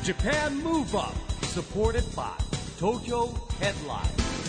Japan Move Up, supported by Tokyo Headline.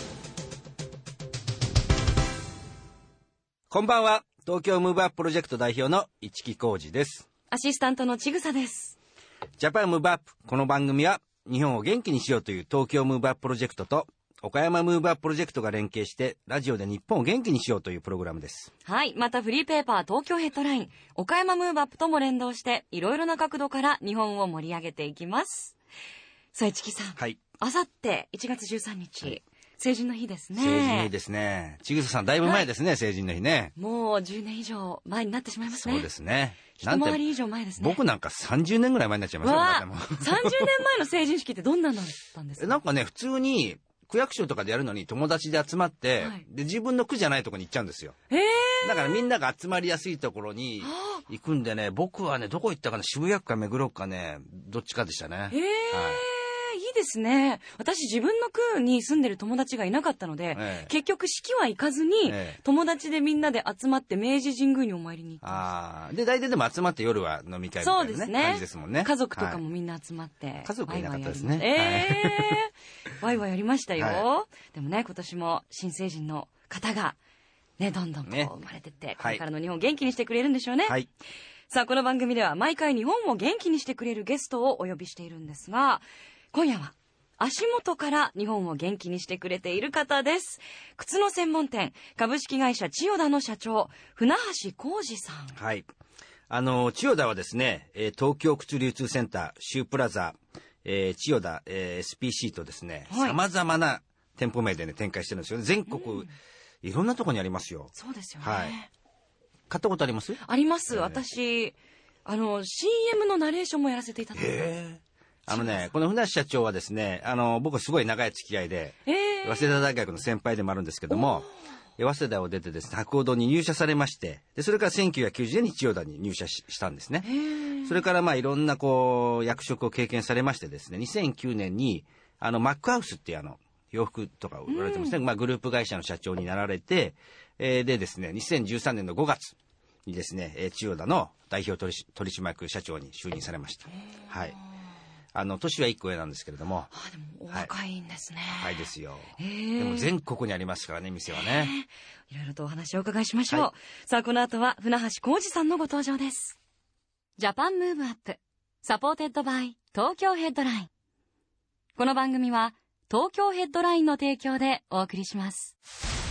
こんばんは。東京ムーブアッププロジェクト代表の市木浩司です。 アシスタントのちぐさです。 ジャパンムーブアップ。この番組は日本を元気にしようという東京ムーブアッププロジェクトと岡山ムーブアッププロジェクトが連携してラジオで日本を元気にしようというプログラムです。 はい。またフリーペーパー東京ヘッドライン、岡山ムーブアップとも連動していろいろな角度から日本を盛り上げていきます。さあ、市木さん。 はい。 あさって1月13日。はい、成人の日ですね。 成人の日ですね。ちぐささんだいぶ前ですね、はい、成人の日ね。 もう10年以上前になってしまいますね。 そうですね。 一回り以上前ですね。 僕なんか30年ぐらい前になっちゃいますよ。 30年前の成人式ってどんなのだったんですか？ なんかね、普通に区役所とかでやるのに友達で集まって、はい、で自分の区じゃないところに行っちゃうんですよ。だからみんなが集まりやすいところに行くんでね、僕はね、どこ行ったかな、渋谷区か目黒区かね、どっちかでしたね。はいいいですね。私自分の区に住んでる友達がいなかったので、結局式は行かずに、友達でみんなで集まって明治神宮にお参りに行ってました。 で大体でも集まって夜は飲み会みたいな、ね、 そうですね、 感じですもんね。 家族とかもみんな集まって、はい、 家族いなかったですね。 ワイワイやりましたよ、はい、でもね、今年も新成人の方がね、どんどんこう生まれてって、これからの日本を元気にしてくれるんでしょうね。はい。さあ、この番組では毎回日本を元気にしてくれるゲストをお呼びしているんですが、今夜は足元から日本を元気にしてくれている方です。靴の専門店株式会社千代田の社長、船橋浩二さん。 はい。千代田はですね、東京靴流通センター、シュープラザ、千代田、SPC とですね、様々な店舗名でね、展開してるんですよね。全国、いろんなところにありますよ。 そうですよね。 はい。買ったことあります？ あります。私、CM のナレーションもやらせていただいて。 この船橋社長はですね、僕はすごい長い付き合いで、早稲田大学の先輩でもあるんですけども、早稲田を出てですね、博報堂に入社されまして、でそれから1990年に千代田に入社したんですね。それからいろんな役職を経験されましてですね、2009年にマックハウスっていう洋服とか売られてますね。グループ会社の社長になられて、でですね、2013年の5月にですね、千代田の代表取締役社長に就任されました。はい。年は1個上なんですけれども。 でもお若いんですね。 はいですよ。でも全国にありますからね、店はね。 いろいろとお話をお伺いしましょう。はい、さあ、この後は船橋浩二さんのご登場です。ジャパンムーブアップ、サポーテッドバイ東京ヘッドライン。この番組は東京ヘッドラインの提供でお送りします。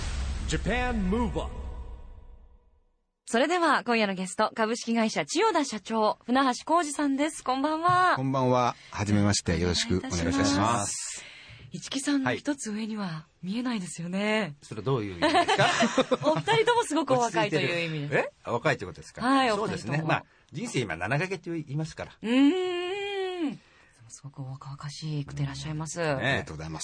Japan Move Up。 それでは今夜のゲスト、株式会社千代田社長、船橋浩二さんです。こんばんは。 こんばんは。はじめまして。よろしくお願いいたします。 市木さんの一つ上には見えないですよね。 それどういう意味ですか？ お二人ともすごくお若いという意味です。 若いってことですか？ はい、 そうですね。人生今7ヶ月と言いますから。 すごくお若々しくていらっしゃいます。 ありがとうございます。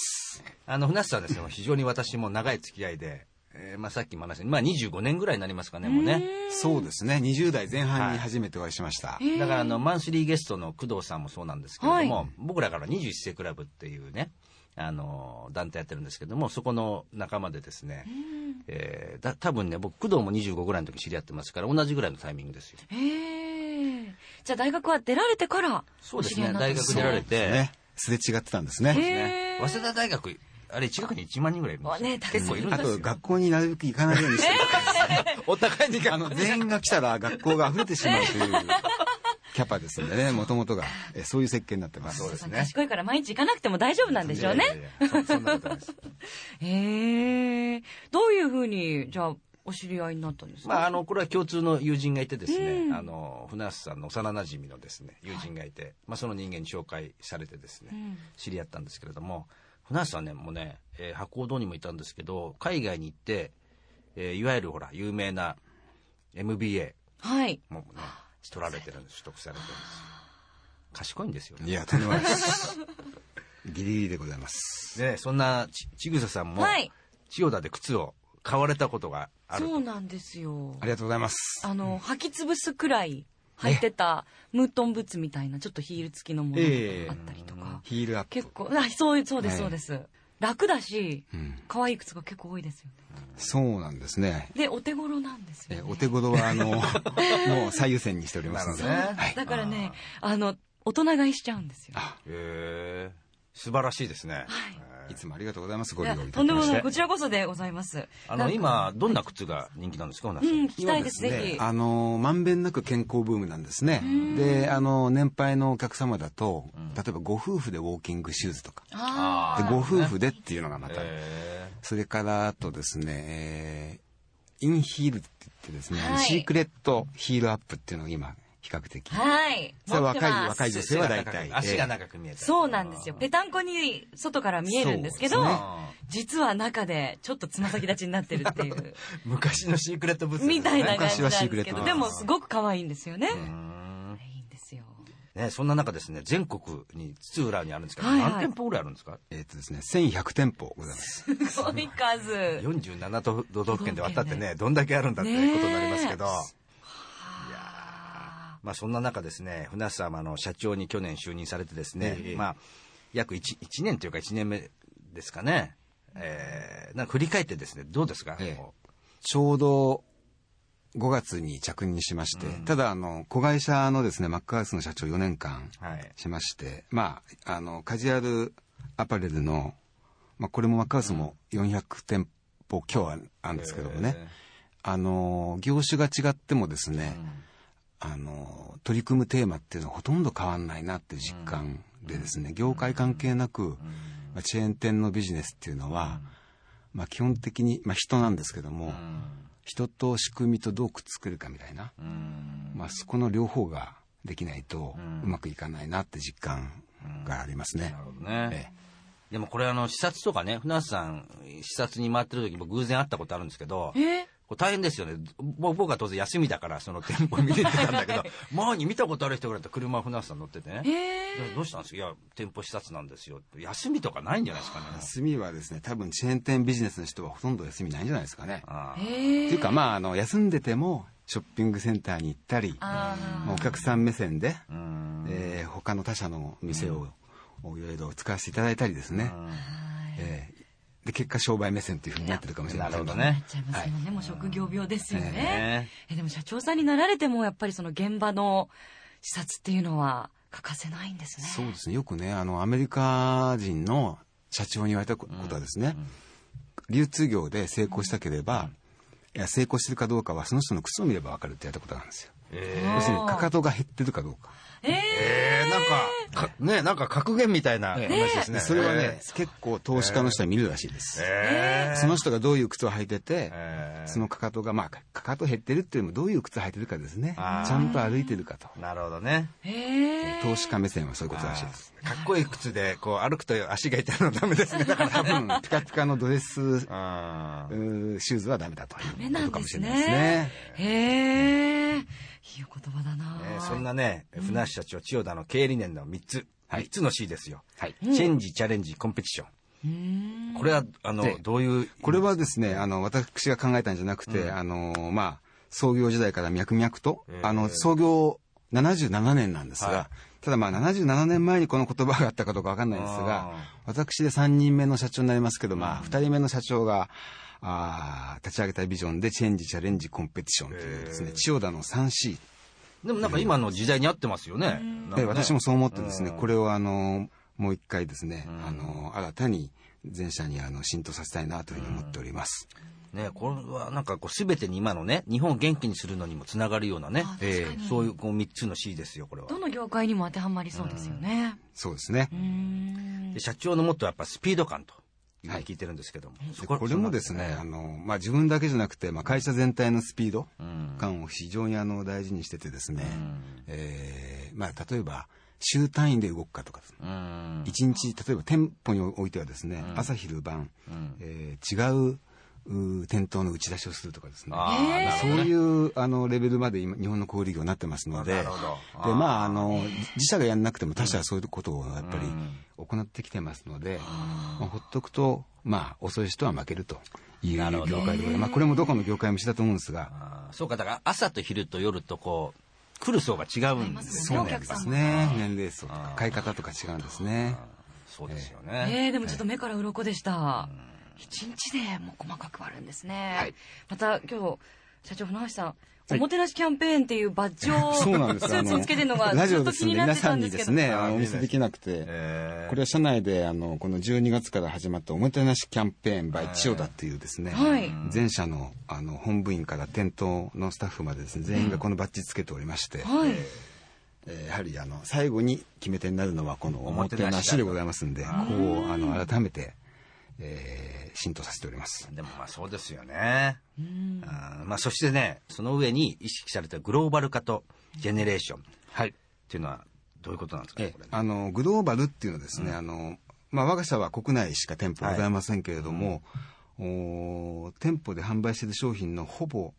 船橋さんですね、非常に私も長い付き合いで、さっきも話した25年ぐらいになりますかね、もうね。 そうですね、20代前半に初めてお会いしました。 だからマンスリーゲストの工藤さんもそうなんですけれども、僕らから21世クラブっていうね、団体やってるんですけども、そこの仲間でですね、多分ね、僕工藤も25ぐらいの時知り合ってますから、同じぐらいのタイミングですよ。 じゃあ大学は出られてからそうですね、大学出られて、 すれ違ってたんですね。 早稲田大学あれ、近くに1万人ぐらいいるんですよ。 結構いるんですよ。 あと、学校になるべく行かないようにしてる。 お互いに全員が来たら学校が溢れてしまうというキャパですんでね、もともとが、そういう設計になってます。 そうですね。 賢いから毎日行かなくても大丈夫なんでしょうね。 そんなことないです。 どういうふうに、じゃあ、お知り合いになったんですか？ これは共通の友人がいてですね、船橋さんの幼馴染のですね、友人がいて、その人間に紹介されてですね、知り合ったんですけれども、船橋さんね、もうね、博報堂にもいたんですけど、海外に行って、いわゆる有名な MBA もね、取られてるんです、取得されてるんです。賢いんですよね。 いや、とんでもないです。ギリギリでございます。 で、そんなちぐささんも、千代田で靴を買われたことがある。 そうなんですよ。 ありがとうございます。 履き潰すくらい履いてたムートンブーツみたいなちょっとヒール付きのものがあったりとか、 ヒールアップ結構そうですそうです、楽だし、可愛い靴が結構多いですよね。 そうなんですね。 でお手頃なんですよね。 お手頃はもう最優先にしておりますので、 だからね大人買いしちゃうんですよ。 へー、素晴らしいですね。 いつもありがとうございます。ご利用いただきまして。 とんでもない、こちらこそでございます。 今どんな靴が人気なんですか？ 聞きたいです、ぜひ。 まんべんなく健康ブームなんですね。で、年配のお客様だと、例えばご夫婦でウォーキングシューズとか、でご夫婦でっていうのがまた、それからあとですね、インヒールって言ってですね、シークレットヒールアップっていうのが今比較的、 はい、 それは若い女性は大体足が長く見えた、 そうなんですよ。ぺたんこに外から見えるんですけど、実は中でちょっとつま先立ちになってるっていう昔のシークレットブーツみたいな感じなんですけど、 昔はシークレットでもすごく可愛いんですよね。いいんですよね。そんな中ですね、全国に津々浦々にあるんですけど、何店舗ぐらいあるんですか？ ですね、1100店舗ございます。 すごい数。 47都道府県で割ったってね、どんだけあるんだってことになりますけど、まあそんな中ですね、船橋様の社長に去年就任されてですね、まあ約 1年というか1年目ですかね、なんか振り返ってですね、どうですか？ ちょうど5月に着任しまして、ただ子会社のですね、マックハウスの社長4年間しまして、まあカジュアルアパレルの、まあこれもマックハウスも400店舗今日はあるんですけどもね、業種が違ってもですね、取り組むテーマっていうのはほとんど変わんないなっていう実感でですね、業界関係なく、チェーン店のビジネスっていうのは、まあ基本的に、まあ人なんですけども、人と仕組みとどうくっつけるかみたいな、まあそこの両方ができないとうまくいかないなって実感がありますね。 なるほどね。でもこれ視察とかね、船橋さん視察に回ってる時僕偶然会ったことあるんですけど、これ大変ですよね。僕は当然休みだからその店舗見に行ってたんだけど、前に見たことある人がいたら車船橋さん乗っててね、どうしたんですか？いや店舗視察なんですよ。休みとかないんじゃないですかね。 休みはですね、多分チェーン店ビジネスの人はほとんど休みないんじゃないですかね。っていうかまあ休んでてもショッピングセンターに行ったり、お客さん目線で、他の他社の店をいろいろ使わせていただいたりですね、で結果商売目線というふうになってるかもしれないですね。 なっちゃいますもんね、もう職業病ですよね。でも社長さんになられてもやっぱりその現場の視察っていうのは欠かせないんですね。 そうですね、よくねアメリカ人の社長に言われたことはですね、流通業で成功したければ、いや成功してるかどうかはその人の靴を見れば分かるって言われたことなんですよ。要するにかかとが減ってるかどうか。 なんか格言みたいな話ですね。 それはね、結構投資家の人は見るらしいです。その人がどういう靴を履いてて、そのかかとがかかと減ってるっていうのもどういう靴履いてるかですね。ちゃんと歩いてるかと。 なるほどね。 投資家目線はそういうことらしいです。 かっこいい靴で歩くと足が痛いのはダメですね。だから多分ピカピカのドレスシューズはダメだということかもしれないですね。 へえ。いい言葉だな。 そんなね、船橋社長千代田の経営理念の3つの C ですよ。チェンジ、チャレンジ、コンペティション。これはどういう？ これはですね、私が考えたんじゃなくて、まあ創業時代から脈々と創業77年なんですが、ただまあ77年前にこの言葉があったかどうかわかんないんですが、私で3人目の社長になりますけど、まあ2人目の社長が立ち上げたビジョンでチェンジ、チャレンジ、コンペティションというですね、千代田の 3C。 でもなんか今の時代に合ってますよね。 私もそう思ってですね、これをもう一回ですね、新たに全社に浸透させたいなというふうに思っております。 ね、これはなんか全てに今のね、日本を元気にするのにもつながるようなね、そういう3つの C ですよ、これは。 どの業界にも当てはまりそうですよね。 そうですね。 で社長のモットーはやっぱスピード感と聞いてるんですけども、 これもですね、まあ自分だけじゃなくて、まあ会社全体のスピード感を非常に大事にしててですね、まあ例えば週単位で動くかとか、一日例えば店舗においてはですね、朝昼晩、違う店頭の打ち出しをするとかですね、そういうレベルまで今日本の小売業になってますので、でまあ自社がやんなくても他社はそういうことをやっぱり行ってきてますので、まあ、ほっとくとまあ遅い人は負けるという業界で、まあこれもどこの業界も一緒だと思うんですが、 そうか、だから朝と昼と夜と来る層が違うんですね。そうなんですね。年齢層とか買い方とか違うんですね。 そうですよね。 でもちょっと目から鱗でした。一日でもう細かく割るんですね。また今日社長船橋さんおもてなしキャンペーンっていうバッジをそうなんですスーツをつけてるのがずっと気になってたんですけど、 皆さんにですねお見せできなくて、これは社内でこの12月から始まったおもてなしキャンペーン by 千代田っていうですね、全社の本部員から店頭のスタッフまでですね全員がこのバッジつけておりまして、やはり最後に決め手になるのはこのおもてなしでございますんで、ここを改めて浸透させております。 でもまあそうですよね。まあそしてね、その上に意識されたグローバル化とジェネレーション、っていうのはどういうことなんですかね。これね、 グローバルっていうのはですね、我が社は国内しか店舗ございませんけれども、店舗で販売している商品のほぼ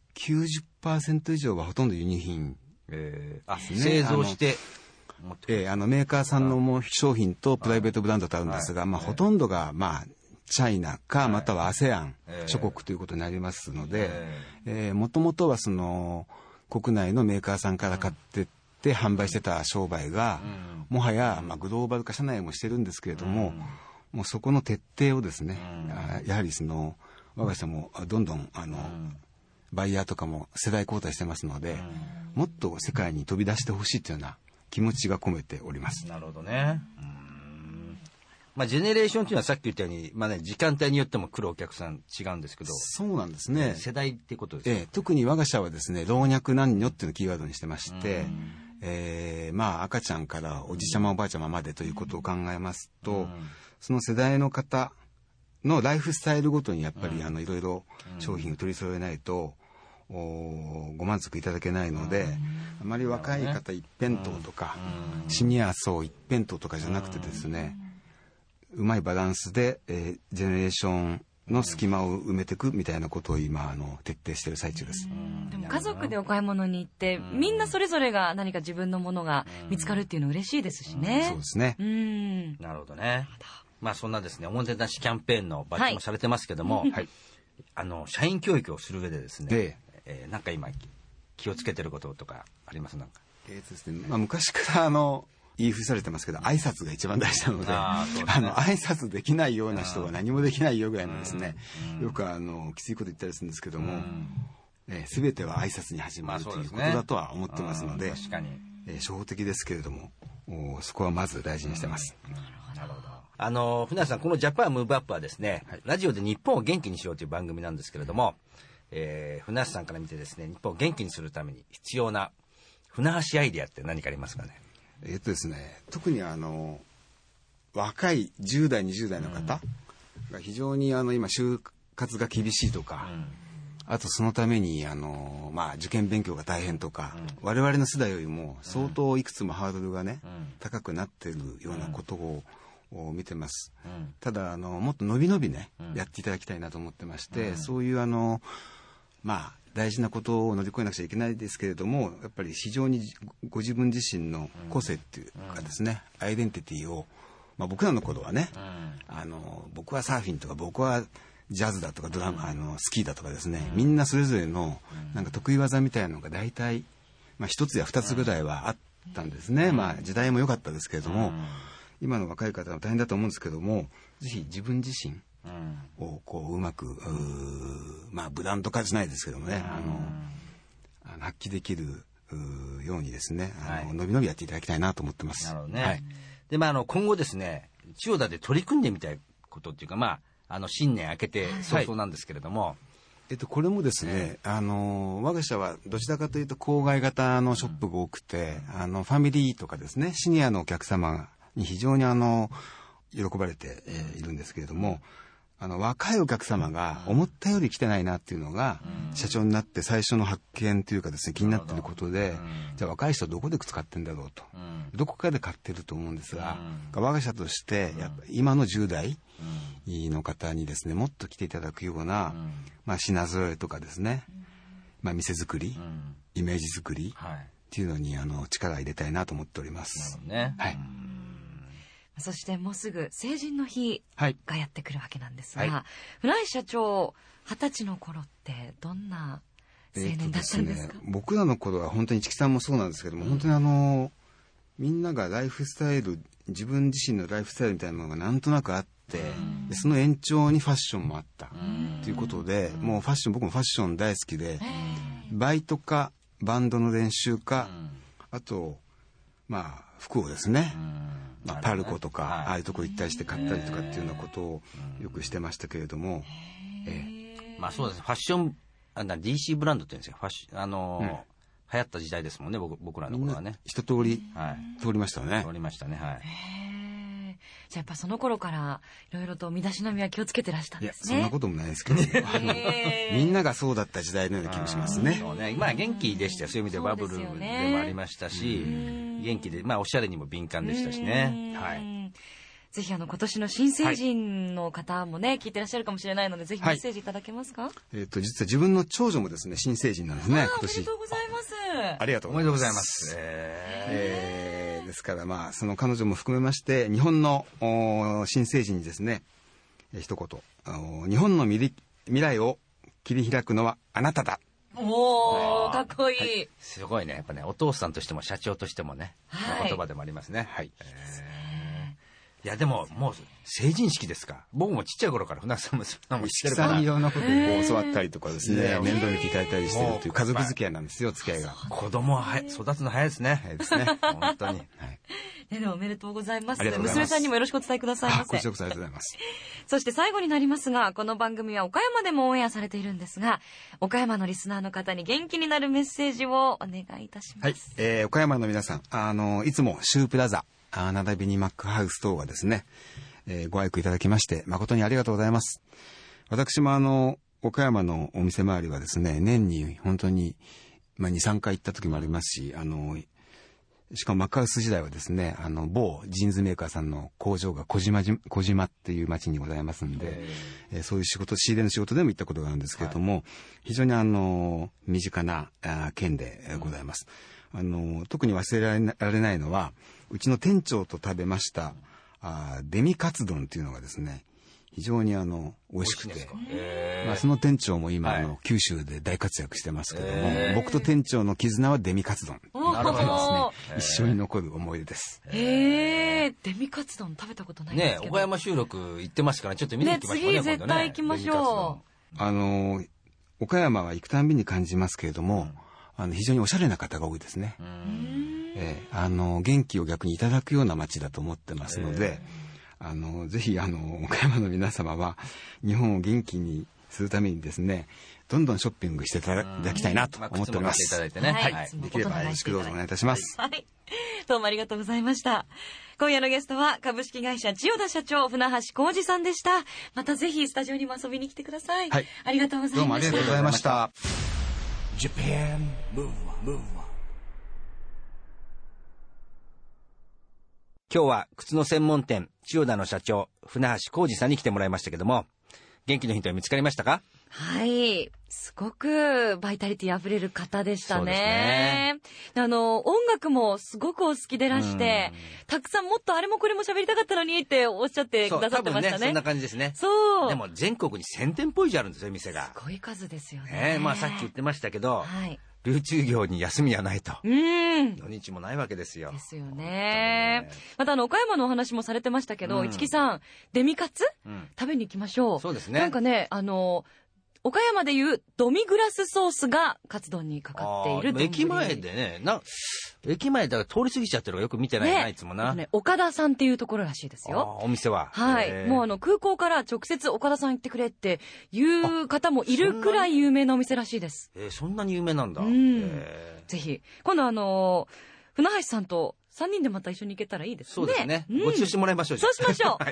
90% 以上はほとんど輸入品ですね。 製造してメーカーさんの商品とプライベートブランドとあるんですが、ほとんどがチャイナかまたは ASEAN 諸国ということになりますので、もともとはその国内のメーカーさんから買ってって販売してた商売が、もはやグローバル化社内もしてるんですけれども、もうそこの徹底をですね、やはり我が社もどんどんバイヤーとかも世代交代してますので、もっと世界に飛び出してほしいというような気持ちが込めております。 なるほどね。ジェネレーションというのはさっき言ったように、時間帯によっても来るお客さん違うんですけど、 そうなんですね。 世代ってことですか。 特に我が社はですね、老若男女っていうのをキーワードにしてまして、赤ちゃんからおじいちゃまおばあちゃままでということを考えますと、その世代の方のライフスタイルごとにやっぱりいろいろ商品を取り揃えないとご満足いただけないので、あまり若い方一辺倒とか、シニア層一辺倒とかじゃなくてですね、うまいバランスで、ジェネレーションの隙間を埋めていくみたいなことを今徹底している最中です。 でも家族でお買い物に行ってみんなそれぞれが何か自分のものが見つかるっていうのは嬉しいですしね。 そうですね。 なるほどね。そんなですね、おもてなしキャンペーンのバッジもされてますけども、社員教育をする上でですね、なんか今気をつけてることとかあります？なんかですね、昔から言いふされてますけど、挨拶が一番大事なので、挨拶できないような人は何もできないよぐらいのですね、よくきついこと言ったりするんですけども、全ては挨拶に始まるということだとは思ってますので、 確かに初歩的ですけれども、そこはまず大事にしてます。 なるほど。船橋さん、このジャパンムーブアップはですね、ラジオで日本を元気にしようという番組なんですけれども、船橋さんから見てですね、日本を元気にするために必要な船橋アイデアって何かありますかね。 ですね、特に若い10代20代の方が非常に今就活が厳しいとか、あとそのために受験勉強が大変とか、我々の世代よりも相当いくつもハードルがね、高くなっているようなことを見てます。ただもっと伸び伸びね、やっていただきたいなと思ってまして、そういう大事なことを乗り越えなくちゃいけないですけれども、やっぱり非常にご自分自身の個性っていうかですね、アイデンティティを、僕らの頃はね、僕はサーフィンとか、僕はジャズだとかドラム、スキーだとかですね、みんなそれぞれのなんか得意技みたいなのが大体、一つや二つぐらいはあったんですね。時代も良かったですけれども、今の若い方は大変だと思うんですけども、ぜひ自分自身をうまくブランド化じゃないですけどもね、発揮できるようにですね、伸び伸びやっていただきたいなと思ってます。 なるほどね。で今後ですね、千代田で取り組んでみたいことっていうか、新年明けて早々なんですけれども、 これもですね、我が社はどちらかというと郊外型のショップが多くて、ファミリーとかですね、シニアのお客様に非常に喜ばれているんですけれども、若いお客様が思ったより来てないなっていうのが、社長になって最初の発見というかですね、気になっていることで、じゃあ若い人はどこで使ってんだろうと、どこかで買ってると思うんですが、我が社としてやっぱ今の10代の方にですね、もっと来ていただくような、品揃えとかですね、店作り、イメージ作りっていうのに力を入れたいなと思っております。 なるほどね。 はい。 そしてもうすぐ成人の日がやってくるわけなんですが、船橋社長20歳の頃ってどんな青年だったんですか？ 僕らの頃は本当に市木さんもそうなんですけども、本当にみんながライフスタイル、自分自身のライフスタイルみたいなものがなんとなくあって、でその延長にファッションもあったということで、もう僕もファッション大好きで、 バイトかバンドの練習か、あとまあ服をですね、まあ、パルコとか、ああいうとこ行ったりして買ったりとかっていうようなことをよくしてましたけれども、 まあそうです。ファッションDC ブランドって言うんですよ。ファッシ流行った時代ですもんね、僕らの頃はね。 一通り、通りましたね。 通りましたね、はい。 じゃあやっぱその頃からいろいろと身だしなみは気をつけてらしたんですね。 いや、そんなこともないですけど、みんながそうだった時代のような気もしますね。 そうね。まあ元気でしたよ。そういう意味でバブルでもありましたし、元気で、まあおしゃれにも敏感でしたしね。はい。 ぜひ今年の新成人の方もね、聞いてらっしゃるかもしれないので、ぜひメッセージいただけますか？ 実は自分の長女もですね、新成人なんですね、今年。 おめでとうございます。 ありがとうございます。ですからまあ、その彼女も含めまして、日本の新成人にですね、一言、日本の未来を切り開くのはあなただ。 おー、かっこいい、はい。 すごいね。やっぱね、お父さんとしても社長としてもね、言葉でもありますね。はい。いやでももう成人式ですか。僕もちっちゃい頃から船木さんも知ってるから、いろんなことを教わったりとかですね、面倒見ていただいたりしてるという家族付き合いなんですよ、付き合いが。 子供は育つの早いですね。 早いですね。 本当に。 でもおめでとうございます。娘さんにもよろしくお伝えくださいませ。 ご視聴ありがとうございます。 そして最後になりますが、この番組は岡山でもオンエアされているんですが、岡山のリスナーの方に元気になるメッセージをお願いいたします。 はい、岡山の皆さん、いつもシュープラザ並びにマックハウス等がですね、ご愛顧いただきまして誠にありがとうございます。私も岡山のお店周りはですね、年に本当に、2、3回行った時もありますし、しかもマックハウス時代はですね、某ジーンズメーカーさんの工場が小島っていう町にございますんで、そういう仕入れの仕事でも行ったことがあるんですけれども、非常に身近な県でございます。特に忘れられないのは、うちの店長と食べましたデミカツ丼っていうのがですね、非常に美味しくて、その店長も今九州で大活躍してますけども、僕と店長の絆はデミカツ丼なるほどですね、一緒に残る思い出です。 デミカツ丼食べたことないんですけど、 岡山収録行ってますから、ちょっと見に行きましょうね。 次絶対行きましょう。岡山は行くたんびに感じますけれども、非常におしゃれな方が多いですね。元気を逆にいただくような街だと思ってますので、ぜひ岡山の皆様は日本を元気にするためにですね、どんどんショッピングしていただきたいなと思っております。 はい、 できればよろしくどうぞお願いいたします。 はい、どうもありがとうございました。今夜のゲストは株式会社千代田社長船橋浩二さんでした。またぜひスタジオにも遊びに来てください。はい、ありがとうございました。 どうもありがとうございました。 今日は靴の専門店千代田の社長船橋浩二さんに来てもらいましたけども、元気のヒントは見つかりましたか？ はい、すごくバイタリティあふれる方でしたね。そうですね。音楽もすごくお好きでらして、たくさんもっとあれもこれも喋りたかったのにっておっしゃってくださってましたね。 多分ね、そんな感じですね。 そう。 でも全国に1000店舗以上あるんですよ、店が。 すごい数ですよね。 さっき言ってましたけど、流通業に休みはないと。土日もないわけですよ。 ですよね。また岡山のお話もされてましたけど、市木さん、デミカツ、食べに行きましょう。 そうですね。 なんかね、岡山でいうドミグラスソースがカツ丼にかかっている丼。 駅前でね、駅前だから通り過ぎちゃってるからよく見てないな、いつもな。 岡田さんっていうところらしいですよ。 お店は。 はい。もう空港から直接岡田さん行ってくれっていう方もいるくらい有名なお店らしいです。 そんなに有名なんだ。 ぜひ。今度船橋さんと3人でまた一緒に行けたらいいですね。 そうですね。ご一緒してもらいましょう。 そうしましょう。はい。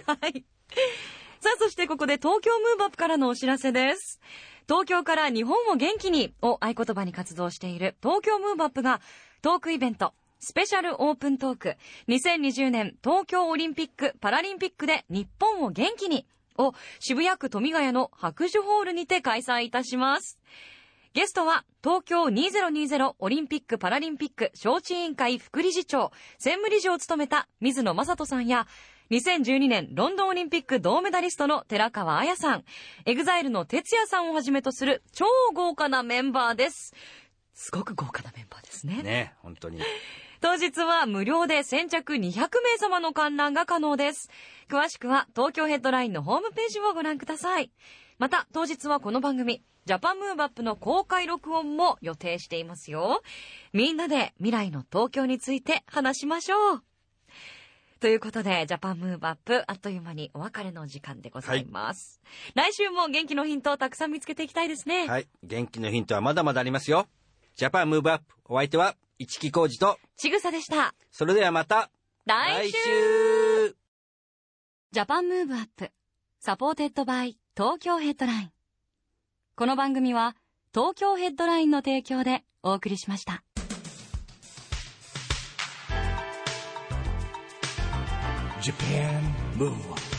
さあ、そしてここで東京ムーブアップからのお知らせです。東京から日本を元気にを合言葉に活動している東京ムーブアップがトークイベントスペシャルオープントーク2020年東京オリンピック・パラリンピックで日本を元気にを渋谷区富ヶ谷の白樹ホールにて開催いたします。ゲストは東京2020オリンピック・パラリンピック招致委員会副理事長専務理事を務めた水野正人さんや2012年ロンドンオリンピック銅メダリストの寺川綾さん、EXILE の哲也さんをはじめとする超豪華なメンバーです。すごく豪華なメンバーですね。 ね、本当に。 当日は無料で先着200名様の観覧が可能です。詳しくは東京ヘッドラインのホームページをご覧ください。また当日はこの番組ジャパンムーブアップの公開録音も予定していますよ。みんなで未来の東京について話しましょう。ということで、ジャパンムーブアップ、あっという間にお別れの時間でございます。はい、来週も元気のヒントをたくさん見つけていきたいですね。 はい。元気のヒントはまだまだありますよ。ジャパンムーブアップ、お相手は市木浩二とちぐさでした。 それではまた来週。ジャパンムーブアップ、サポーテッドバイ東京ヘッドライン。この番組は東京ヘッドラインの提供でお送りしました。 Japan Move Up